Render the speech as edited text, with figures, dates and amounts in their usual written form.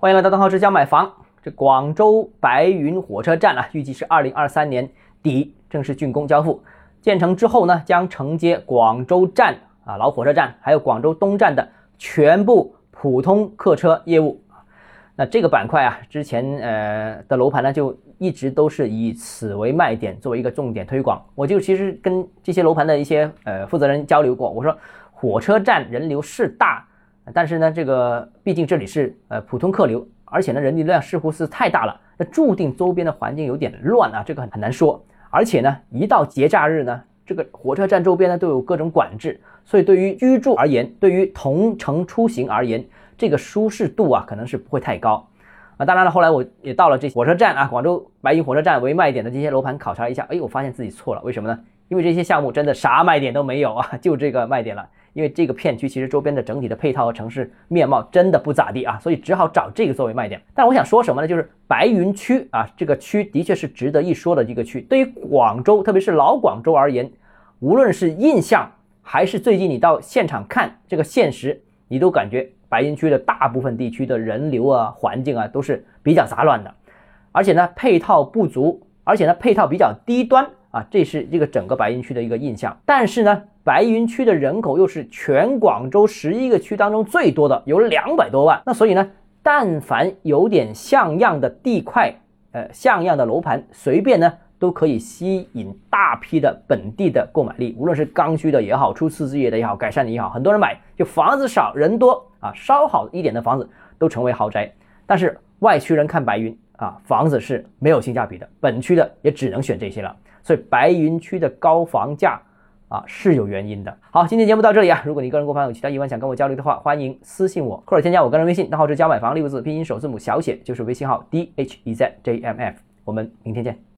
欢迎来到邓浩之家买房。这广州白云火车站预计是2023年底正式竣工交付。建成之后呢，将承接广州站老火车站，还有广州东站的全部普通客车业务。那这个板块之前的楼盘呢，就一直都是以此为卖点，作为一个重点推广。我就其实跟这些楼盘的一些负责人交流过，我说火车站人流是大，但是呢，这个毕竟这里是普通客流，而且呢人流量似乎是太大了，那注定周边的环境有点乱这个很难说。而且呢，一到节假日呢，这个火车站周边呢都有各种管制，所以对于居住而言，对于同城出行而言，这个舒适度可能是不会太高。当然了，后来我也到了这火车站广州白云火车站为卖点的这些楼盘考察一下，我发现自己错了。为什么呢？因为这些项目真的啥卖点都没有就这个卖点了。因为这个片区其实周边的整体的配套和城市面貌真的不咋地所以只好找这个作为卖点。但我想说什么呢？就是白云区这个区的确是值得一说的一个区。对于广州，特别是老广州而言，无论是印象还是最近你到现场看这个现实，你都感觉白云区的大部分地区的人流环境都是比较杂乱的，而且呢配套不足，而且呢配套比较低端这是这个整个白云区的一个印象。但是呢，白云区的人口又是全广州11个区当中最多的，有200多万。那所以呢，但凡有点像样的地块像样的楼盘，随便呢都可以吸引大批的本地的购买力，无论是刚需的也好，初次置业的也好，改善的也好，很多人买，就房子少人多稍好一点的房子都成为豪宅。但是外区人看白云房子是没有性价比的，本区的也只能选这些了。所以白云区的高房价是有原因的。好，今天节目到这里如果你个人购房有其他疑问想跟我交流的话，欢迎私信我或者添加我个人微信，账号是教买房6个字拼音首字母小写，就是微信号DHEZJMF。我们明天见。